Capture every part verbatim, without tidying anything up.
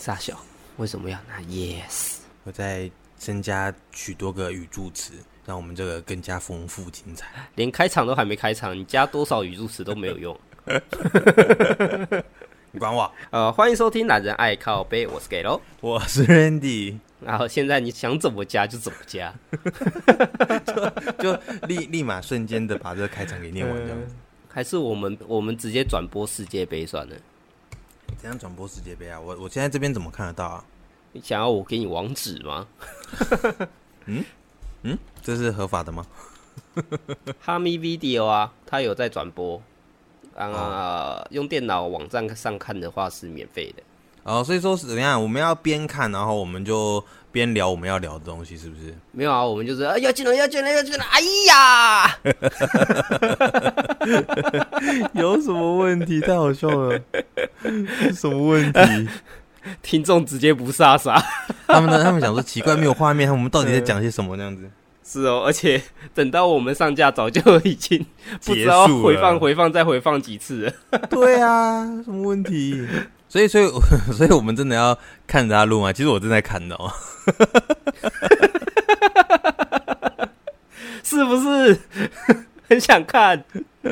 傻小，为什么要拿 yes？ 我再增加许多个语助词，让我们这个更加丰富精彩。 连开场都还没开场，你加多少语助词都没有用。 你管我？ 呃，欢迎收听懒人爱靠背，我是 Gelo， 我是 Randy。 然后现在你想怎么加就怎么加， 就, 就 立, 立马瞬间的把这个开场给念完这样子。 还是我们我们直接转播世界杯算了？ 怎样转播世界杯啊？我我现在这边怎么看得到啊？ 你想要我给你网址吗？ 嗯嗯，这是合法的吗？ 哈咪 Video 啊，他有在转播。啊、呃哦，用电脑网站上看的话是免费的。 哦，所以说怎么样？我们要边看，然后我们就边聊我们要聊的东西，是不是？ 没有啊，我们就是啊，要进了，要进了，要进了！哎呀， 有什么问题？太好笑了，是什么问题？ 听众直接不傻傻， 他们呢？他们想说奇怪，没有画面，我们到底在讲些什么？这样子。 是哦，而且等到我们上架，早就已经不知道回放、回放再回放几次了。对啊，什么问题？所以，所以，所以我们真的要看着他录吗？其实我正在看的哦， 是不是很想看？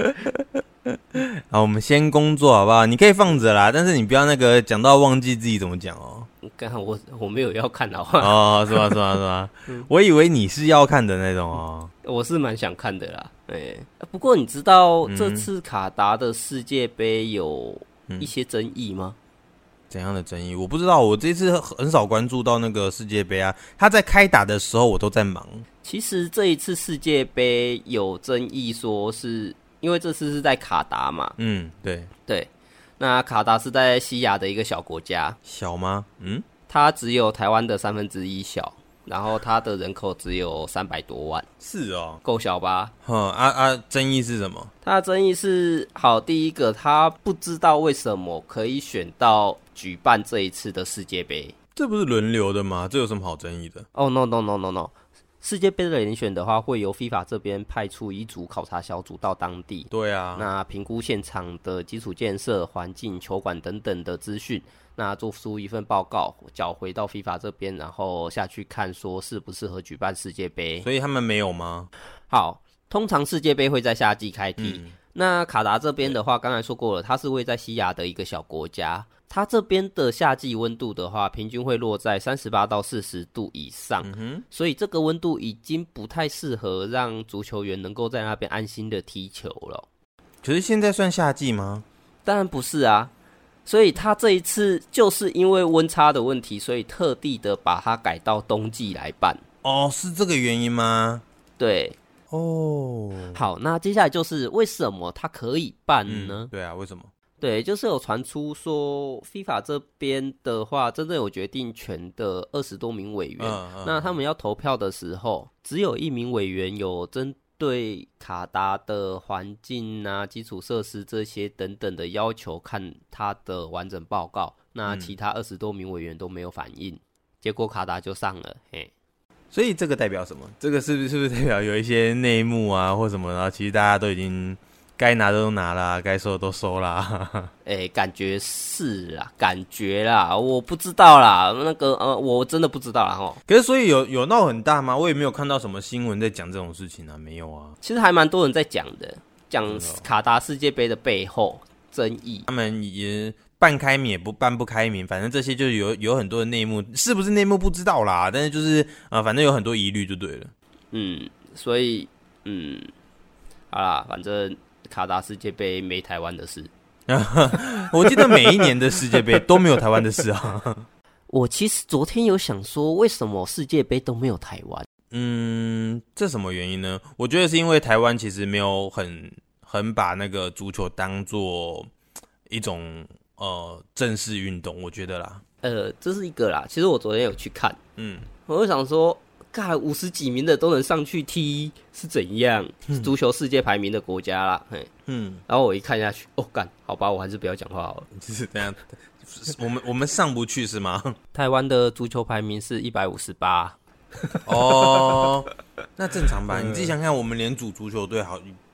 好，我们先工作好不好？你可以放着啦，但是你不要那个讲到忘记自己怎么讲哦。 刚好我我没有要看的话哦，是吗？是吗？是吗？嗯、我以为你是要看的那种哦。 我是蛮想看的啦，哎，不过你知道这次卡达的世界杯有一些争议吗？ 嗯、怎样的争议？我不知道，我这次很少关注到那个世界杯啊。他在开打的时候，我都在忙。 其实这一次世界杯有争议，说是因为这次是在卡达嘛。 嗯，对对。那卡达是在西亚的一个小国家， 小吗？嗯， 它只有台湾的三分之一小，然后它的人口只有三百多万， 是哦， 够小吧？ 哼啊啊，争议是什么？ 它的争议是，好，第一个，他不知道为什么可以选到举办这一次的世界杯， 这不是轮流的吗？这有什么好争议的？ 哦、oh, ，no no no no no。世界杯的人选的话，会由 FIFA 这边派出一组考察小组到当地。 对啊， 那评估现场的基础建设、环境、球馆等等的资讯，那做出一份报告，缴回到 FIFA 这边，然后下去看说适不适合举办世界杯。 所以他们没有吗？ 好，通常世界杯会在夏季开踢。嗯、那卡达这边的话，刚才说过了，它是位在西亚的一个小国家。它这边的夏季温度的话，平均会落在三十八到四十度以上、嗯，所以这个温度已经不太适合让足球员能够在那边安心的踢球了。 可是现在算夏季吗？ 当然不是啊，所以他这一次就是因为温差的问题，所以特地的把它改到冬季来办。 哦，是这个原因吗？ 对。 哦， 好，那接下来就是为什么它可以办呢、 嗯？对啊，为什么？ 对，就是有传出说 FIFA 这边的话，真正有决定权的二十多名委员、嗯嗯，那他们要投票的时候，只有一名委员有针对卡达的环境啊、基础设施这些等等的要求看他的完整报告，那其他二十多名委员都没有反应、嗯，结果卡达就上了，嘿。 所以这个代表什么？这个是不是是不是代表有一些内幕啊，或什么？然后其实大家都已经。该拿的都拿啦，该收的都收啦。 哎、欸，感觉是啦，感觉啦，我不知道啦，那个呃，我真的不知道啦齁。 可是所以有有闹很大吗？我也没有看到什么新闻在讲这种事情啊，没有啊。 其实还蛮多人在讲的，讲卡达世界杯的背后争议。 他们也半开明也不半不开明，反正这些就有有很多的内幕，是不是内幕不知道啦。但是就是啊、呃，反正有很多疑虑就对了。 嗯，所以嗯，好啦，反正。卡达世界杯没台湾的事， 我记得每一年的世界杯都没有台湾的事啊。 我其实昨天有想说，为什么世界杯都没有台湾？ 嗯，这什么原因呢？我觉得是因为台湾其实没有很很把那个足球当做一种呃正式运动，我觉得啦。 呃，这是一个啦。其实我昨天有去看， 嗯， 我就想说。干五十几名的都能上去踢是怎样？是足球世界排名的国家啦，嘿，嗯，然后我一看下去，哦，干，好吧，我还是不要讲话好了。 是这样，我们我们上不去是吗？ 台湾的足球排名是一百五十八， 哦，那正常吧？你自己想想，我们连组足球队好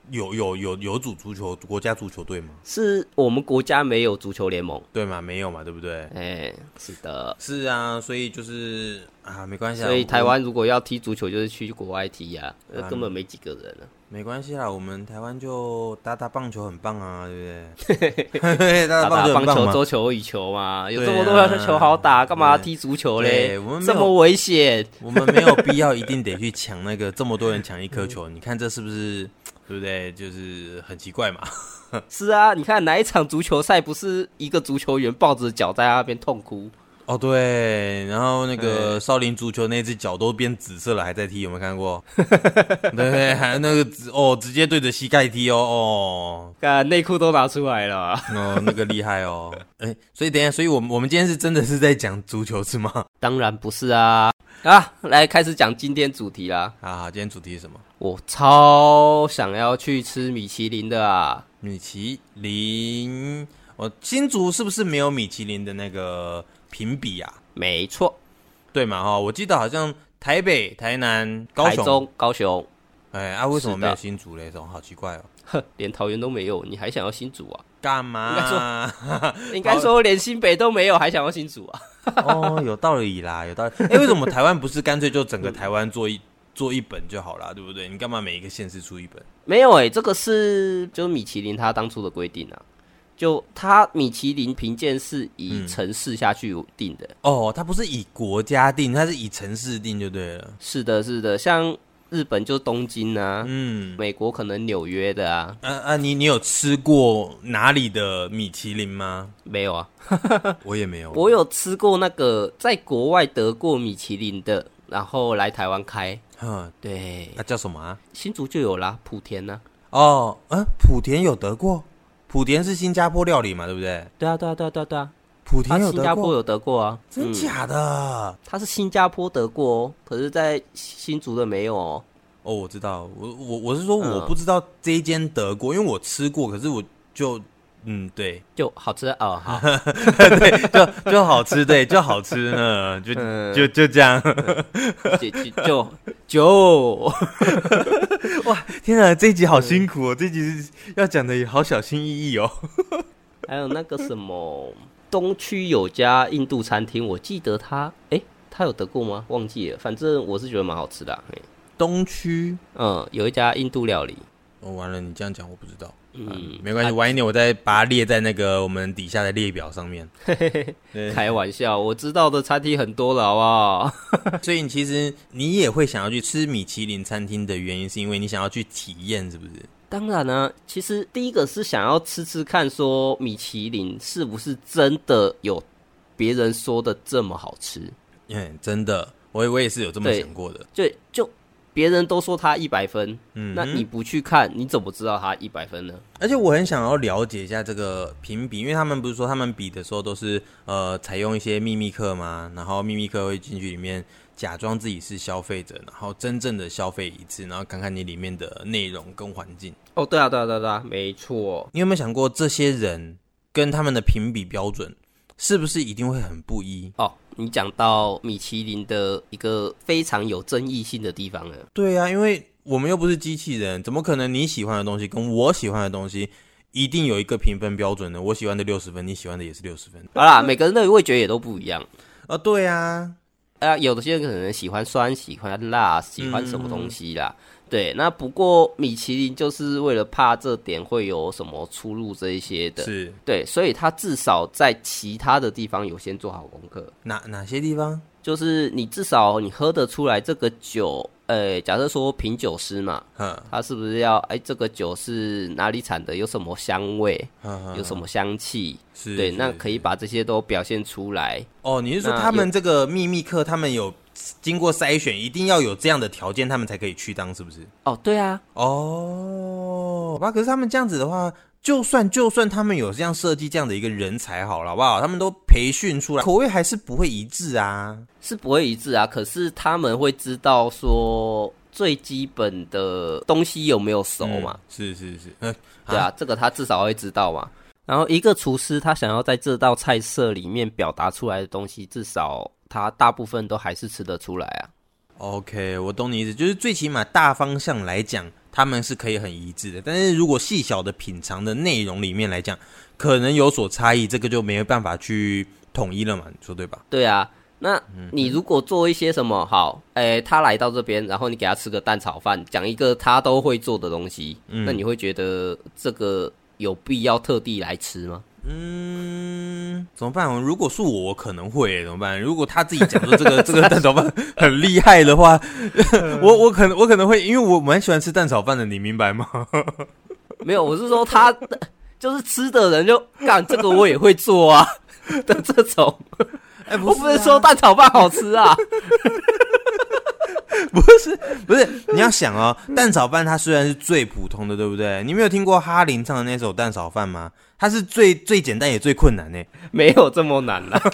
有有有有组足球国家足球队吗？ 是我们国家没有足球联盟， 对嘛？没有嘛，对不对？ 哎、欸，是的， 是啊，所以就是啊，没关系啊。 所以台湾如果要踢足球，就是去国外踢啊，啊根本没几个人了。 没关系啦，我们台湾就打打棒球很棒啊，对不对？打打打棒球、桌球、羽球嘛，有这么多球好打，干嘛踢足球嘞？我们这么危险， 我们没有必要一定得去抢那个这么多人抢一颗球，你看这是不是对不对？就是很奇怪嘛。 是啊，你看哪一场足球赛不是一个足球员抱着脚在那边痛哭？ 哦，对，然后那个少林足球那只脚都变紫色了，还在踢，有没有看过？对，还那个哦，直接对着膝盖踢哦，哦， 看内裤都拿出来了， 哦，那个厉害哦。哎，所以等一下，所以我们我们今天是真的是在讲足球是吗？ 当然不是啊。啊，来开始讲今天主题啦。 好好，今天主题是什么？ 我超想要去吃米其林的啊！ 米其林，我新竹是不是没有米其林的那个评比啊？ 没错， 对嘛哈？我记得好像台北、台南、高雄、 台中、高雄， 哎啊，为什么没有新竹嘞？这种好奇怪哦。 哼，连桃园都没有，你还想要新竹啊？ 干嘛？ 应该说，应该说连新北都没有，还想要新竹啊？ 哦，有道理啦，有道理。哎、欸，为什么台湾不是干脆就整个台湾做一做一本就好啦，对不对？你干嘛每一个县市出一本？ 没有哎、欸，这个是就是米其林他当初的规定啊。就他米其林评鉴是以城市下去定的、 嗯、哦，他不是以国家定，他是以城市定就对了。 是的，是的，像日本就东京啊， 嗯， 美国可能纽约的啊。 啊啊，你你有吃过哪里的米其林吗？ 没有啊， 我也没有。 我有吃过那个在国外得过米其林的，然后来台湾开。 嗯， 对， 那、啊、叫什么啊？ 新竹就有啦，莆田啊。 哦，嗯、啊，莆田有得过。莆田是新加坡料理嘛，对不对？ 对啊，对啊，对啊，对啊，对啊。 莆田有得过， 新加坡有得过啊？ 真假的？ 嗯、他是新加坡得过哦，可是在新竹的没有哦。 哦，我知道，我我我是说我不知道这一间得过、嗯，因为我吃过，可是我就嗯对， 就好吃哦，好， 对，就就好吃，对，就好吃呢，就、嗯、就就这样， 就就就哇，天啊，这一集好辛苦哦，嗯、这一集要讲的也好小心翼翼哦。 还有那个什么东区有家印度餐厅，我记得他，哎、欸，他有得过吗？忘记了，反正我是觉得蛮好吃的、啊。 东区， 嗯，有一家印度料理。 哦，完了，你这样讲我不知道。 嗯， 嗯没关系，晚一点我再把它列在那个我们底下的列表上面。 开玩笑，我知道的餐厅很多了，好不好？ 所以其实你也会想要去吃米其林餐厅的原因，是因为你想要去体验，是不是？ 当然呢、啊，其实第一个是想要吃吃看，说米其林是不是真的有别人说的这么好吃？ 嗯，真的，我我也是有这么想过的。 对，就别人都说他一百分，嗯，那你不去看，你怎么知道他一百分呢？ 而且我很想要了解一下这个评比，因为他们不是说他们比的时候都是呃采用一些秘密客嘛，然后秘密客会进去里面假装自己是消费者，然后真正的消费一次，然后看看你里面的内容跟环境。 哦，对啊，对啊，对啊，对啊，没错。 你有没有想过，这些人跟他们的评比标准是不是一定会很不一？ 哦，你讲到米其林的一个非常有争议性的地方了。 对啊，因为我们又不是机器人，怎么可能你喜欢的东西跟我喜欢的东西一定有一个评分标准呢？我喜欢的六十分，你喜欢的也是六十分。 好啦，每个人的味觉也都不一样。 啊，对啊。 啊，有的些人可能喜欢酸，喜欢辣，喜欢什么东西啦、嗯、对，那不过米其林就是为了怕这点会有什么出入这一些的， 是， 对，所以他至少在其他的地方有先做好功课。 哪哪些地方？就是你至少你喝得出来这个酒，呃，假设说品酒师嘛，他是不是要哎、欸、这个酒是哪里产的，有什么香味，有什么香气， 是对，那可以把这些都表现出来。 哦，你是说他们这个秘密客，他们有经过筛选，一定要有这样的条件，他们才可以去当，是不是？ 哦，对啊。 哦，好吧，可是他们这样子的话，就算就算他们有这样设计这样的一个人才好了，好不好？他们都培训出来，口味还是不会一致啊， 是不会一致啊。可是他们会知道说最基本的东西有没有熟嘛？ 嗯、是是是、嗯， 对啊，这个他至少会知道嘛。然后一个厨师他想要在这道菜色里面表达出来的东西，至少他大部分都还是吃得出来啊。 OK， 我懂你意思，就是最起码大方向来讲，他们是可以很一致的。但是如果细小的品尝的内容里面来讲，可能有所差异，这个就没有办法去统一了嘛，你说对吧？ 对啊，那你如果做一些什么好，诶，他来到这边，然后你给他吃个蛋炒饭，讲一个他都会做的东西，嗯、那你会觉得这个有必要特地来吃吗？ 嗯，怎么办？如果是我，我可能会怎么办？如果他自己讲说这个这个蛋炒饭很厉害的话，我我可能我可能会，因为我蛮喜欢吃蛋炒饭的，你明白吗？ 没有，我是说他就是吃的人就干这个我也会做啊的这种。哎、欸，不是、啊，我不是说蛋炒饭好吃啊。 不是不是，你要想哦，蛋炒饭它虽然是最普通的，对不对？你没有听过哈林唱的那首蛋炒饭吗？它是最最简单也最困难呢， 没有这么难啦。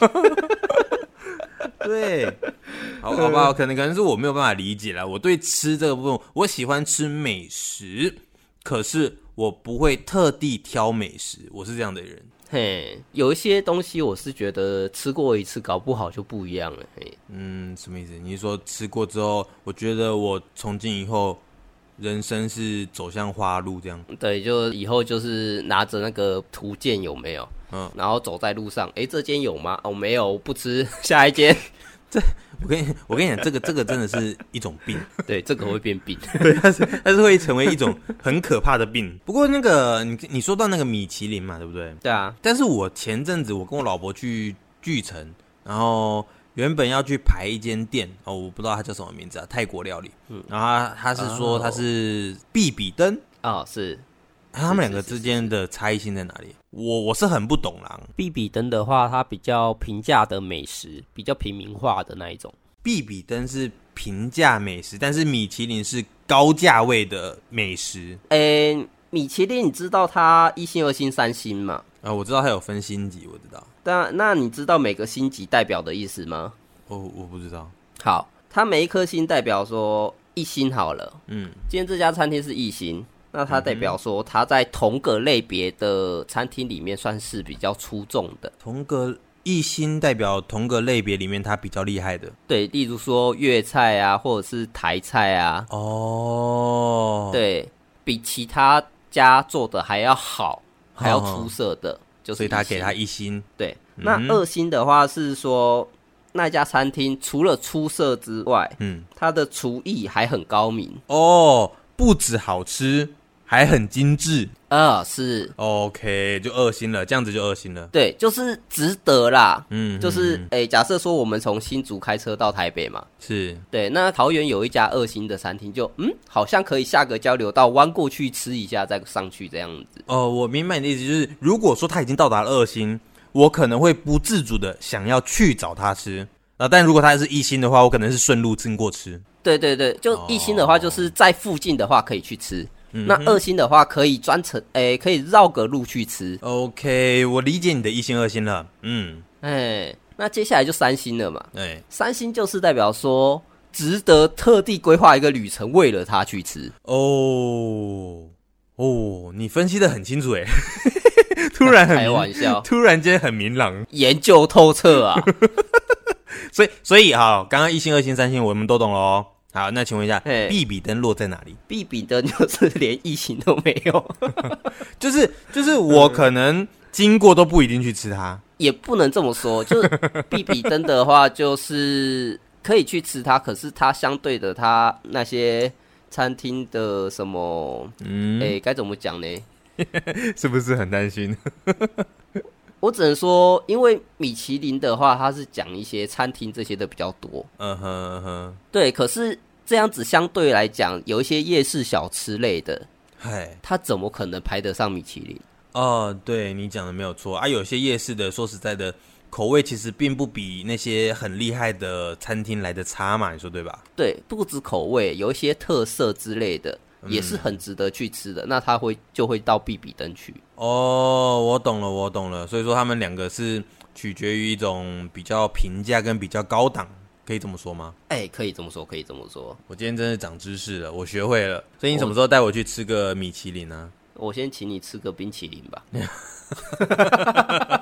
对，好好吧，可能可能是我没有办法理解啦。我对吃这个部分，我喜欢吃美食，可是我不会特地挑美食，我是这样的人。 嘿，有一些东西我是觉得吃过一次，搞不好就不一样了。嘿， 嗯，什么意思？你是说吃过之后，我觉得我从今以后人生是走向花路这样？ 对，就以后就是拿着那个图鉴有没有？嗯，然后走在路上，哎、欸，这间有吗？哦，没有，不吃，下一间。 这我跟你我跟你讲，这个这个真的是一种病， 对，这个会变病， 对，它是它是会成为一种很可怕的病。不过那个你你说到那个米其林嘛，对不对？ 对啊。 但是我前阵子我跟我老婆去巨城，然后原本要去排一间店哦，我不知道它叫什么名字啊，泰国料理。嗯，然后他他是说他是必比登哦，是。 他们两个之间的差异性在哪里？我我是很不懂啦。 必比登的话，它比较平价的美食，比较平民化的那一种。 必比登是平价美食，但是米其林是高价位的美食。 诶、欸，米其林你知道它一星、二星、三星吗？ 啊，我知道它有分星级，我知道。 但那你知道每个星级代表的意思吗？ 哦，我不知道。 好，它每一颗星代表说一星好了。嗯，今天这家餐厅是一星。那它代表说，它在同个类别的餐厅里面算是比较出众的。 同个一星代表同个类别里面它比较厉害的。 对，例如说粤菜啊，或者是台菜啊。 哦， 对，比其他家做的还要好，还要出色的，就是所以他给他一星。 对，嗯、那二星的话是说，那家餐厅除了出色之外，嗯，它的厨艺还很高明。 哦，不止好吃。还很精致啊，是 OK， 就二星了，这样子就二星了。 对，就是值得啦。嗯，就是诶、欸，假设说我们从新竹开车到台北嘛， 是对。那桃园有一家二星的餐厅就，就嗯，好像可以下个交流道弯过去吃一下，再上去这样子。 哦，我明白你的意思，就是如果说他已经到达了二星，我可能会不自主的想要去找他吃啊。但如果他是一星的话，我可能是顺路经过吃。 对对对，就一星的话，就是在附近的话可以去吃。嗯、那二星的话可以专程诶、欸，可以绕个路去吃。 OK， 我理解你的一星二星了。嗯， 哎、欸，那接下来就三星了嘛。哎、欸，三星就是代表说值得特地规划一个旅程，为了它去吃。 哦哦，你分析得很清楚哎，突然很开玩笑， 突然间很明朗， 研究透彻啊。 所以所以好，刚刚一星、二星、三星我们都懂了哦。好，那请问一下，必比登落在哪里？ 必比登就是连一星都没有， 就是就是我可能经过都不一定去吃它， 也不能这么说。就是必比登的话，就是可以去吃它，可是它相对的，它那些餐厅的什么，嗯，哎、欸，该怎么讲呢？ 是不是很担心？ 我只能说，因为米其林的话，它是讲一些餐厅这些的比较多。嗯哼嗯哼，对。可是这样子相对来讲，有一些夜市小吃类的，嗨，它怎么可能排得上米其林？ 哦，对你讲的没有错啊。有些夜市的，说实在的，口味其实并不比那些很厉害的餐厅来的差嘛，你说对吧？ 对，不止口味，有一些特色之类的。也是很值得去吃的，嗯、那他会就会到必比登去。 哦，我懂了，我懂了。所以说他们两个是取决于一种比较平价跟比较高档，可以这么说吗？ 哎、欸，可以这么说，可以这么说。 我今天真是长知识了，我学会了。所以你什么时候带我去吃个米其林呢？ 我先请你吃个冰淇淋吧。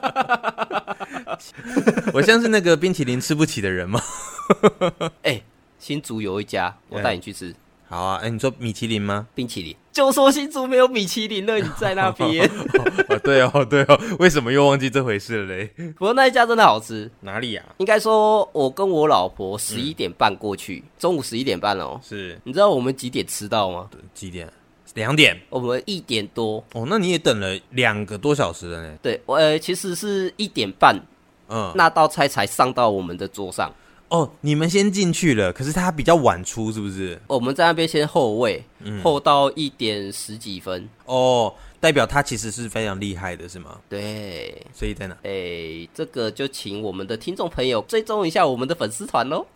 我像是那个冰淇淋吃不起的人吗？ 哎、欸。 新竹有一家，我带你去吃。 好啊，哎、欸，你说米其林吗？ 冰淇淋，就说新竹没有米其林了，你在那边。 哦，对哦，对哦，为什么又忘记这回事了嘞？ 不过那一家真的好吃。 哪里啊？ 应该说，我跟我老婆十一点半过去，嗯、中午十一点半哦。 是， 你知道我们几点吃到吗？ 几点？两点。 我们一点多。 哦，那你也等了两个多小时了呢。 对，我呃，其实是一点半，嗯，那道菜才上到我们的桌上。 哦，你们先进去了，可是他比较晚出，是不是？ 我们在那边先候位，嗯、候到一点十几分。 哦，代表他其实是非常厉害的，是吗？ 对， 所以在哪？ 哎，这个就请我们的听众朋友追踪一下我们的粉丝团喽。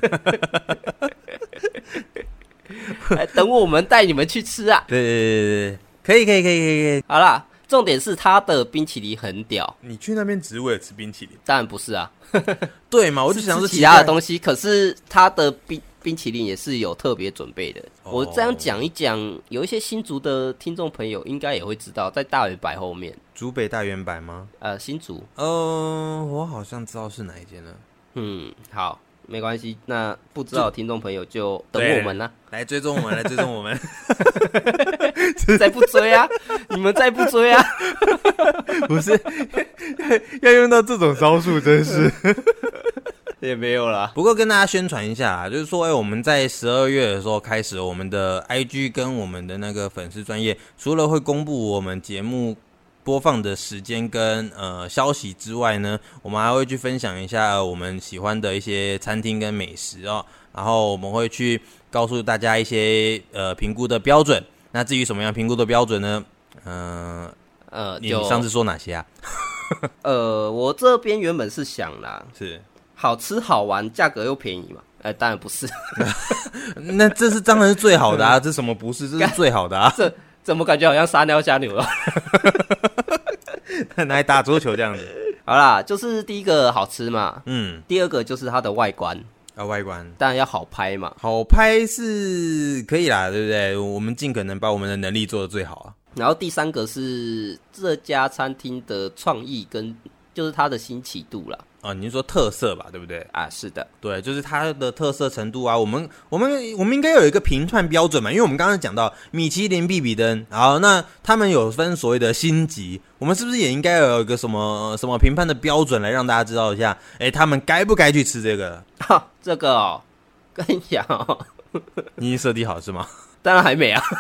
等我们带你们去吃啊！ 对对对对，可以可以可以可以可以。 好啦，重点是它的冰淇淋很屌。 你去那边只是为了吃冰淇淋？ 当然不是啊。 对嘛，我就想说是其他的东西，可是它的冰冰淇淋也是有特别准备的。哦、我这样讲一讲，有一些新竹的听众朋友应该也会知道，在大圆柏后面。 竹北大圆柏吗？ 呃，新竹。 呃，我好像知道是哪一间了。 嗯，好。没关系，那不知道的听众朋友就等我们啦、啊， 来追踪我们，来追踪我们。 再不追啊，你们再不追啊， 不是要用到这种招数，真是也没有啦。 不过跟大家宣传一下啊，就是说，哎、欸，我们在十二月的时候开始，我们的 I G 跟我们的那个粉丝专页，除了会公布我们节目播放的时间跟呃消息之外呢，我们还会去分享一下、呃、我们喜欢的一些餐厅跟美食哦，然后我们会去告诉大家一些呃评估的标准。那至于什么样评估的标准呢？嗯 呃, 呃，你上次说哪些啊？ 呃，我这边原本是想啦， 是好吃好玩，价格又便宜嘛。呃，当然不是。 那这是当然是最好的啊，这什么不是？这是最好的啊。 这怎么感觉好像撒尿加牛肉？ 拿来打桌球这样子。 好啦，就是第一个好吃嘛， 嗯， 第二个就是它的外观啊，外观当然要好拍嘛， 好拍是可以啦，对不对？我们尽可能把我们的能力做得最好啊。 然后第三个是这家餐厅的创意跟就是它的新奇度啦。 哦，你是说特色吧，对不对？ 啊，是的， 对，就是它的特色程度啊。我们我们我们应该有一个评判标准嘛，因为我们刚刚讲到米其林、必比登，好，那他们有分所谓的星级，我们是不是也应该有一个什么什么评判的标准来让大家知道一下？哎，他们该不该去吃这个？ 哈，这个哦，跟你讲哦， 你已经设定好是吗？ 当然还没啊。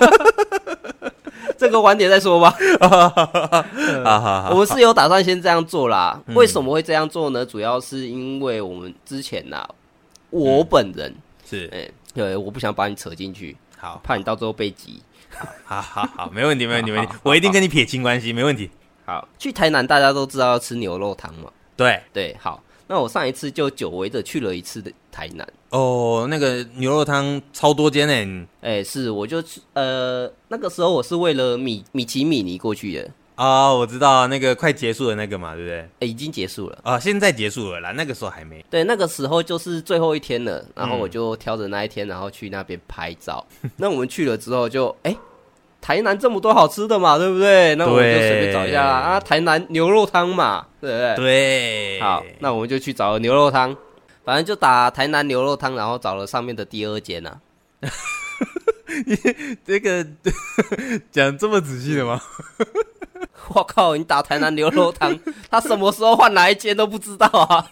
这个晚点再说吧。我们是有打算先这样做啦。嗯、为什么会这样做呢？主要是因为我们之前呐，我本人、嗯、 是， 哎、欸，对，我不想把你扯进去， 好， 怕你到最后被挤。 好好好，没问题，没问题，没问题，我一定跟你撇清关系，没问题。 好，去台南大家都知道要吃牛肉汤嘛。 对对，好，那我上一次就久违的去了一次的台南。 哦，那个牛肉汤超多间诶！ 哎、欸，是，我就呃那个时候我是为了米米奇米妮过去的啊、哦，我知道那个快结束的那个嘛，对不对？ 哎、欸，已经结束了啊、哦，现在结束了啦，那个时候还没。 对，那个时候就是最后一天了，然后我就挑着那一天，然后去那边拍照。嗯、那我们去了之后就，哎、欸，台南这么多好吃的嘛，对不对？那我们就随便找一下啊，台南牛肉汤嘛，对不对？ 对。 好，那我们就去找了牛肉汤。反正就打台南牛肉汤，然后找了上面的第二间啊。 你这个讲这么仔细的吗？ 我靠！你打台南牛肉汤，他什么时候换哪一间都不知道啊。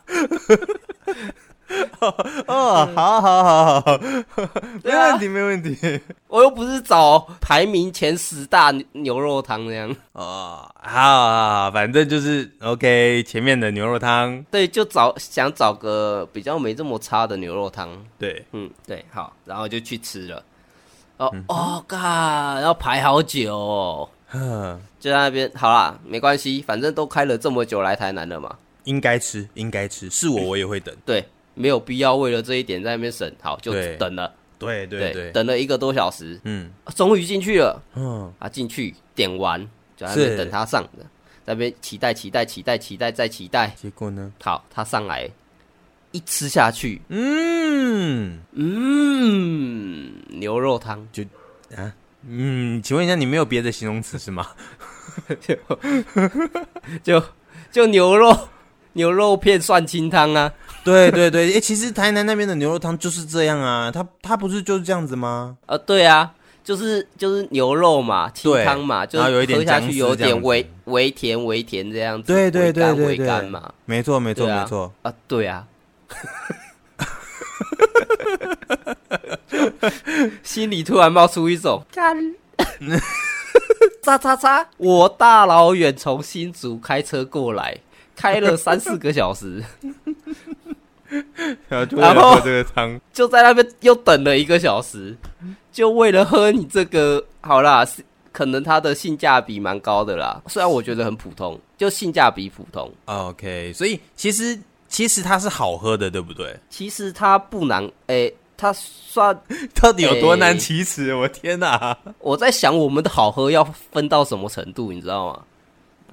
哦，好好好好，没问题、啊、没问题。 我又不是找排名前十大牛肉汤那样。 哦，好好好，反正就是 OK。前面的牛肉汤， 对，就找想找个比较没这么差的牛肉汤。 对， 嗯，对，好，然后就去吃了。哦、嗯、哦，嘎，要排好久哦。就在那边，好啦，没关系，反正都开了这么久来台南了嘛， 应该吃，应该吃。是我，我也会等。 对。没有必要为了这一点在那边省，好就等了， 对对 对, 对， 等了一个多小时， 嗯， 终于进去了， 嗯， 啊进去点完就在那边等他上的，在那边期待期待期待期待再期待， 结果呢？ 好，他上来一吃下去， 嗯嗯，牛肉汤就啊，嗯，请问一下，你没有别的形容词是吗？ 就就就牛肉牛肉片蒜清汤啊。 对对对，哎、欸，其实台南那边的牛肉汤就是这样啊，它它不是就是这样子吗？ 呃，对啊，就是就是牛肉嘛，清汤嘛，就喝下去有点微微甜微甜这样子， 对对对对对， 微甘嘛， 没错没错、啊、没错啊，对啊，心里突然冒出一种干。叉叉叉！我大老远从新竹开车过来，开了三四个小时， 然后就为了喝这个汤， 就在那边又等了一个小时，就为了喝你这个。好啦，可能它的性价比蛮高的啦，虽然我觉得很普通，就性价比普通。 OK， 所以其实其实它是好喝的，对不对？ 其实它不难，诶、欸。它算到底有多难启齿、欸？我天哪！ 我在想我们的好喝要分到什么程度，你知道吗？ 哦、oh, ，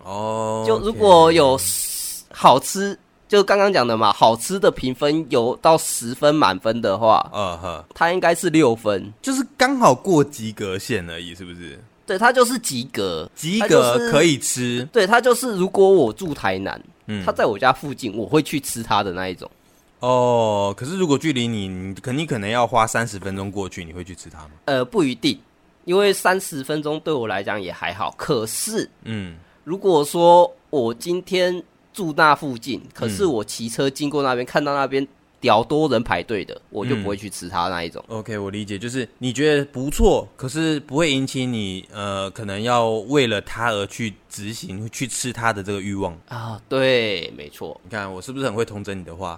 就如果有好吃，就刚刚讲的嘛，好吃的评分有到十分满分的话，呃呵，它应该是六分， 就是刚好过及格线而已，是不是？ 对，它就是及格， 及格、就是、可以吃。 对，它就是如果我住台南，嗯，它在我家附近，我会去吃它的那一种。 哦，可是如果距离你，你可你可能要花三十分钟过去，你会去吃它吗？ 呃，不一定，因为三十分钟对我来讲也还好。可是，嗯，如果说我今天住那附近，可是我骑车经过那边，看到那边屌多人排队的，我就不会去吃它那一种。 嗯、OK， 我理解，就是你觉得不错，可是不会引起你呃，可能要为了它而去执行去吃它的这个欲望啊。对，没错。 你看我是不是很会统整你的话？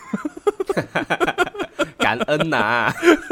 感恩呐、啊、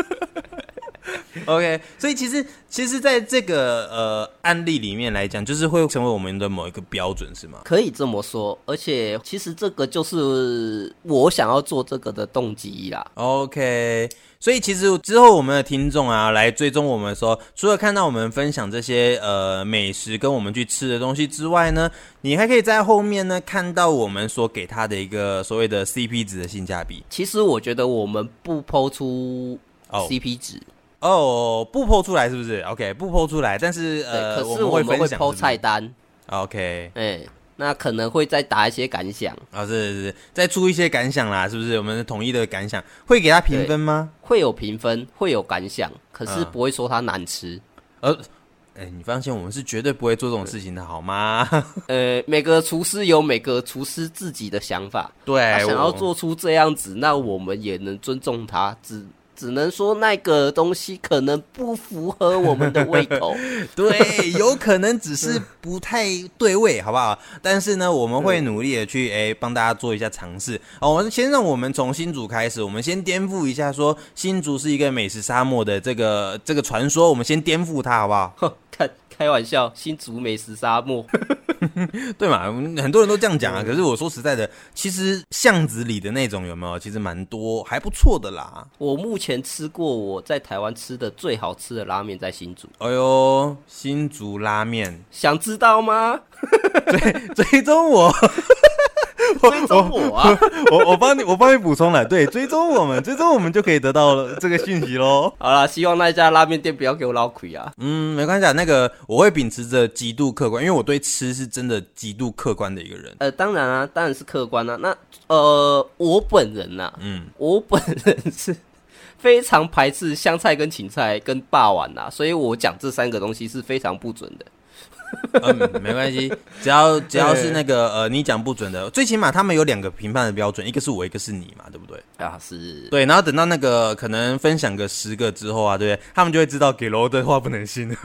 OK， 所以其实其实在这个呃案例里面来讲，就是会成为我们的某一个标准，是吗？ 可以这么说，而且其实这个就是我想要做这个的动机啦。 OK， 所以其实之后我们的听众啊来追踪我们的时候，除了看到我们分享这些呃美食跟我们去吃的东西之外呢，你还可以在后面呢看到我们所给他的一个所谓的 C P 值的性价比。 其实我觉得我们不抛出 C P 值。 哦、oh, 不抛出来是不是 ？OK， 不抛出来，但是呃， 可是我们会抛菜单。 OK， 哎、欸，那可能会再打一些感想啊、哦，是是是，再出一些感想啦，是不是？我们统一的感想会给他评分吗？ 会有评分，会有感想，可是不会说它难吃。 呃，哎、欸，你放心，我们是绝对不会做这种事情的，好吗？ 呃，每个厨师有每个厨师自己的想法， 对， 他想要做出这样子，那我们也能尊重他，只。只能说那个东西可能不符合我们的胃口， 对，有可能只是不太对味，好不好？但是呢，我们会努力的去诶帮大家做一下尝试。哦，我们先让我们从新竹开始，我们先颠覆一下，说新竹是一个美食沙漠的这个这个传说，我们先颠覆它，好不好？ 看开玩笑，新竹美食沙漠， 对嘛？很多人都这样讲啊。可是我说实在的，其实巷子里的那种有没有？其实蛮多，还不错的啦。 我目前吃过我在台湾吃的最好吃的拉面，在新竹。 哎呦，新竹拉面， 想知道吗？ 追追踪我。 追踪我啊！ 我我帮你，我帮你补充了。对，追踪我们，追踪我们就可以得到这个讯息咯。 好啦，希望那家拉面店不要给我捞亏啊。 嗯，没关系啊。那个我会秉持着极度客观，因为我对吃是真的极度客观的一个人。 呃，当然啊，当然是客观啊。那呃，我本人啊，嗯，我本人是非常排斥香菜跟芹菜跟霸王啊，所以我讲这三个东西是非常不准的。 嗯，没关系，只要只要是那个呃，你讲不准的，最起码他们有两个评判的标准，一个是我，一个是你嘛，对不对？ 啊，是。 对，然后等到那个可能分享个十个之后啊，对不对？他们就会知道给楼的话不能信。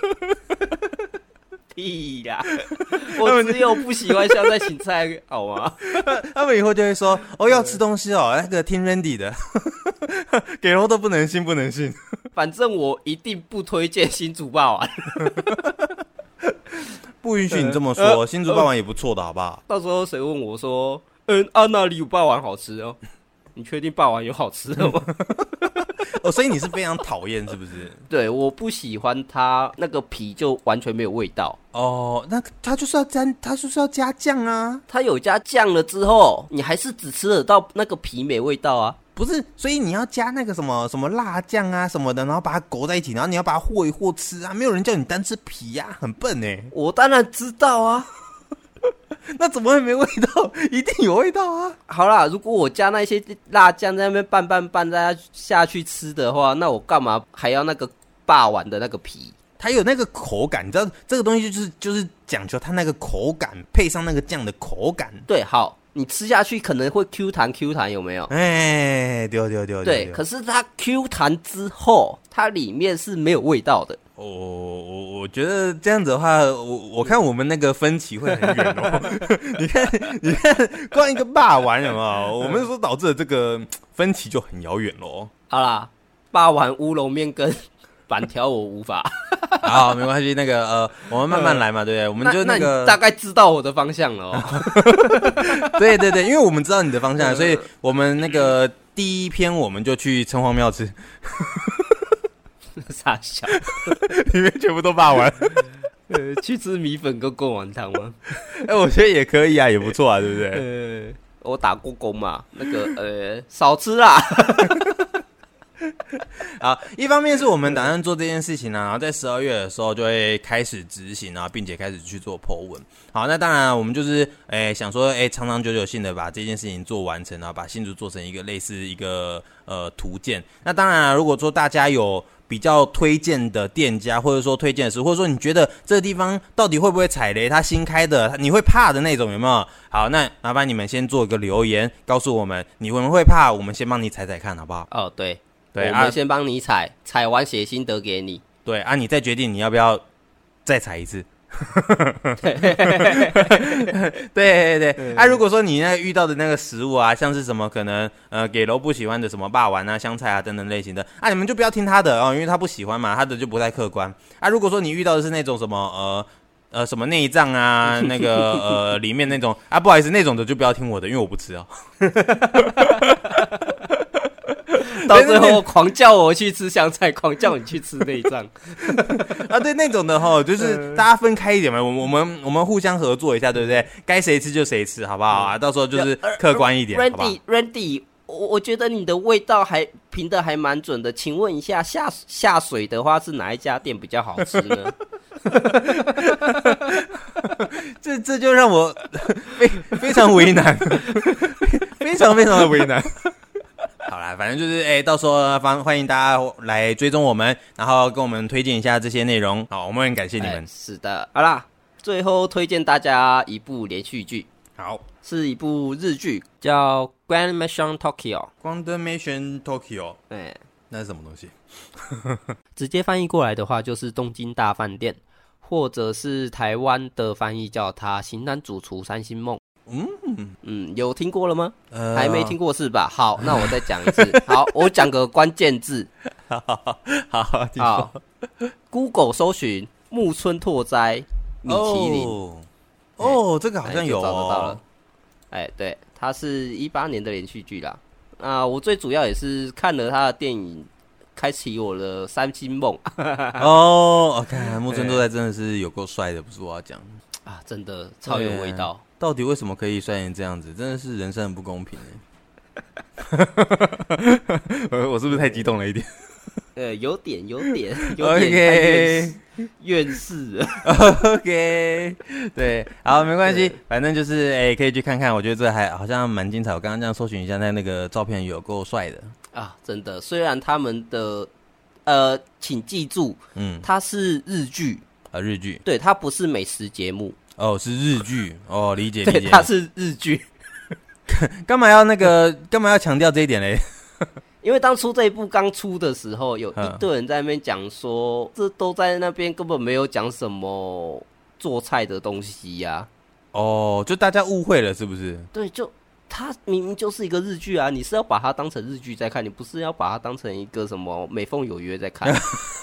屁啦！我只有不喜欢香菜芹菜，好吗？ 他们以后就会说，哦，要吃东西哦，那个听 Randy 的，给楼都不能信，不能信。 反正我一定不推荐新竹霸王。 不允许你这么说，呃、新竹霸王也不错的，好不好？ 到时候谁问我说，嗯，啊哪里有霸王好吃哦？你确定霸王有好吃的吗？ 哦，所以你是非常讨厌，是不是？ 对，我不喜欢它那个皮就完全没有味道。 哦，那它就是要加，它就是要加酱啊。 它有加酱了之后，你还是只吃得到那个皮没味道啊。 不是，所以你要加那个什么什么辣酱啊什么的，然后把它勾在一起，然后你要把它和一和吃啊。没有人叫你单吃皮呀、啊，很笨哎、欸。 我当然知道啊。 那怎么会没味道？一定有味道啊！ 好啦，如果我加那些辣酱在那边拌拌拌再下去吃的话，那我干嘛还要那个霸王的那个皮？ 它有那个口感，你知道这个东西就是就是讲究它那个口感，配上那个酱的口感。 对，好，你吃下去可能会 Q 弹 Q 弹，有没有？ 哎，丢丢丢。 对，可是它 Q 弹之后，它里面是没有味道的。 我、哦、我我觉得这样子的话，我我看我们那个分歧会很远哦。你看，你看，光一个霸王有没有？我们所导致的这个分歧就很遥远喽。 好啦，霸王乌龙面跟板条我无法。 好，没关系，那个呃，我们慢慢来嘛，对不对？我们就那个那你大概知道我的方向了哦。 对对对，因为我们知道你的方向，所以我们那个第一篇我们就去城隍庙吃。 傻笑， 里面全部都霸王。 呃，去吃米粉跟贡丸汤吗？ 哎、欸，我觉得也可以啊，也不错啊，对不对？ 呃，我打过工嘛，那个呃，少吃啦。 好，一方面是我们打算做这件事情呢、啊，然后在十二月的时候就会开始执行啊，并且开始去做 po 文。好，那当然我们就是诶、欸、想说，诶、欸、长长久久性的把这件事情做完成，然后把新竹做成一个类似一个呃图鉴。那当然、啊，如果说大家有比较推荐的店家，或者说推荐的食，或者说你觉得这个地方到底会不会踩雷，它新开的，你会怕的那种有没有？好，那麻烦你们先做一个留言，告诉我们你们会怕，我们先帮你踩踩看，好不好？ 哦，对。 对， 我们先帮你踩，踩完写心得给你。 对啊，你再决定你要不要再踩一次。对对对，嗯、啊，如果说你那遇到的那个食物啊，像是什么可能呃给楼不喜欢的什么霸王啊、香菜啊等等类型的啊，你们就不要听他的哦，因为他不喜欢嘛，他的就不太客观啊。如果说你遇到的是那种什么呃呃什么内脏啊，那个呃里面那种啊，不好意思，那种的就不要听我的，因为我不吃哦。 到最后狂叫我去吃香菜，狂叫你去吃内脏啊！对，那种的齁，就是大家分开一点嘛，我们我们我们互相合作一下，对不对？该谁吃就谁吃，好不好啊？到时候就是客观一点， Randy, 好不好 Randy， 我我觉得你的味道还评的还蛮准的，请问一下下下水的话是哪一家店比较好吃呢？ 这这就让我非非常为难，非常非常的为难。好啦，反正就是哎、欸，到时候欢欢迎大家来追踪我们，然后跟我们推荐一下这些内容。好，我们很感谢你们。欸、 是的，好啦，最后推荐大家一部连续剧， 好， 是一部日剧，叫《Grand Mission Tokyo》。 Grand Mission Tokyo， 哎、欸，那是什么东西？ 直接翻译过来的话，就是东京大饭店，或者是台湾的翻译叫它《型男主厨三星梦》。嗯嗯，有听过了吗？呃，还没听过是吧？好，那我再讲一次。好，我讲个关键字。 好好好， 好 ，Google 搜寻木村拓哉米其林。 哦，哦，这个好像有、哦、 找得到了。哎，对，它是一八年的连续剧啦。啊，我最主要也是看了他的电影，开启我的三星梦。 哦，我看木村拓哉真的是有够帅的，不是我要讲啊，真的超有味道。 到底为什么可以帅成这样子？真的是人生很不公平我是不是太激动了一点？ 呃，有点，有点，有点怨世。 OK， 对，好，没关系，反正就是哎、欸，可以去看看。我觉得这还好像蛮精彩。我刚刚这样搜寻一下，那那个照片有够帅的啊！真的，虽然他们的呃，请记住，嗯，它是日剧啊，日剧， 对，它不是美食节目。 哦，是日剧哦，理解理解， 对，它是日剧。 干嘛要那个？干嘛要强调这一点嘞？ 因为当初这一部刚出的时候，有一堆人在那边讲说，这都在那边根本没有讲什么做菜的东西呀、 啊。哦，就大家误会了，是不是？ 对，就它明明就是一个日剧啊，你是要把它当成日剧在看，你不是要把它当成一个什么美凤有约在看。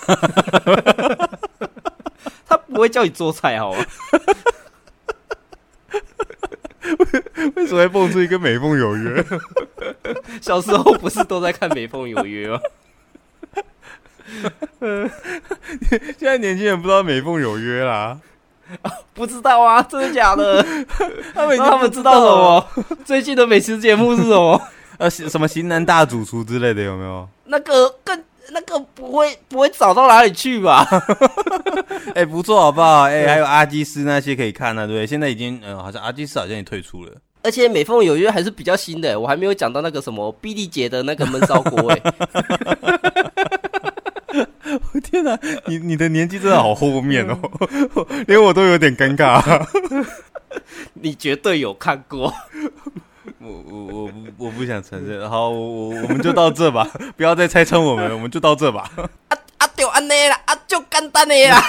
他不会叫你做菜，好吗？ 为什么会蹦出一个美凤有约？ 小时候不是都在看美凤有约吗？ 现在年轻人不知道美凤有约啦、 啊，不知道啊，真的假的？ 他们他们知道什么？最近的美食节目是什么？ 呃，什么型男大主厨之类的有没有？ 那个更那个不会不会找到哪里去吧？ 哎、欸，不错，好不好？哎、欸，还有阿基斯那些可以看啊，对不对？现在已经，呃，好像阿基斯好像也退出了。 而且美凤有约还是比较新的，我还没有讲到那个什么碧丽姐的那个焖烧锅哎。 我天哪，你你的年纪真的好后面哦，连我都有点尴尬、啊。 你绝对有看过。 我我我我不想承认。好，我我我们就到这吧，不要再拆穿我们了，我们就到这吧。 啊啊，就安尼啦，啊就简单的啦。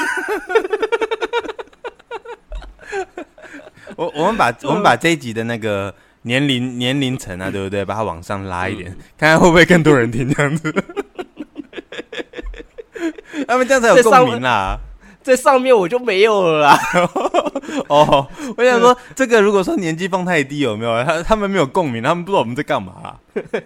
我我们把我们把这一集的那个年龄年龄层啊，对不对？把它往上拉一点，嗯、看看会不会更多人听这样子。他们这样才有共鸣啦。 在上面我就没有了啦。 哦，我想说，这个如果说年纪放太低，有没有？他他们没有共鸣，他们不知道我们在干嘛、啊。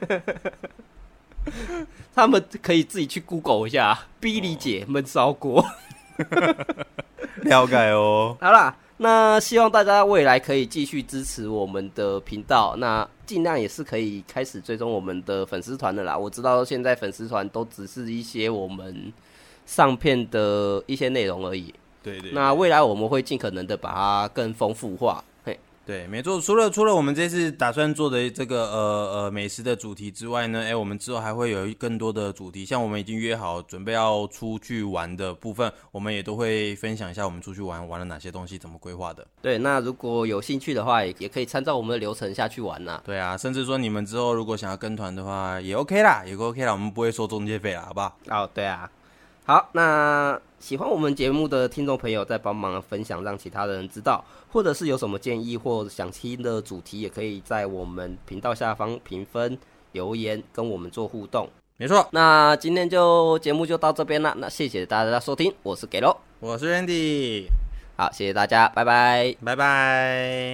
他们可以自己去 Google 一下碧丽姐焖烧锅。 了解哦。 好啦，那希望大家未来可以继续支持我们的频道，那尽量也是可以开始追踪我们的粉丝团的啦。我知道现在粉丝团都只是一些我们上片的一些内容而已。 对 对, 对。 那未来我们会尽可能的把它更丰富化。嘿， 对，没错。除了除了我们这次打算做的这个呃呃美食的主题之外呢，哎，我们之后还会有更多的主题，像我们已经约好准备要出去玩的部分，我们也都会分享一下我们出去玩玩了哪些东西，怎么规划的。 对，那如果有兴趣的话，也也可以参照我们的流程下去玩啦。 对啊，甚至说你们之后如果想要跟团的话，也 OK 啦，也 OK 啦，我们不会收中介费啦，好不好？ 哦，对啊。好，那喜欢我们节目的听众朋友再帮忙分享，让其他人知道，或者是有什么建议或想听的主题，也可以在我们频道下方评分留言跟我们做互动。 没错， 那今天就节目就到这边了，那谢谢大家的收听，我是给喽， 我是 Randy， 好，谢谢大家，拜拜， 拜拜。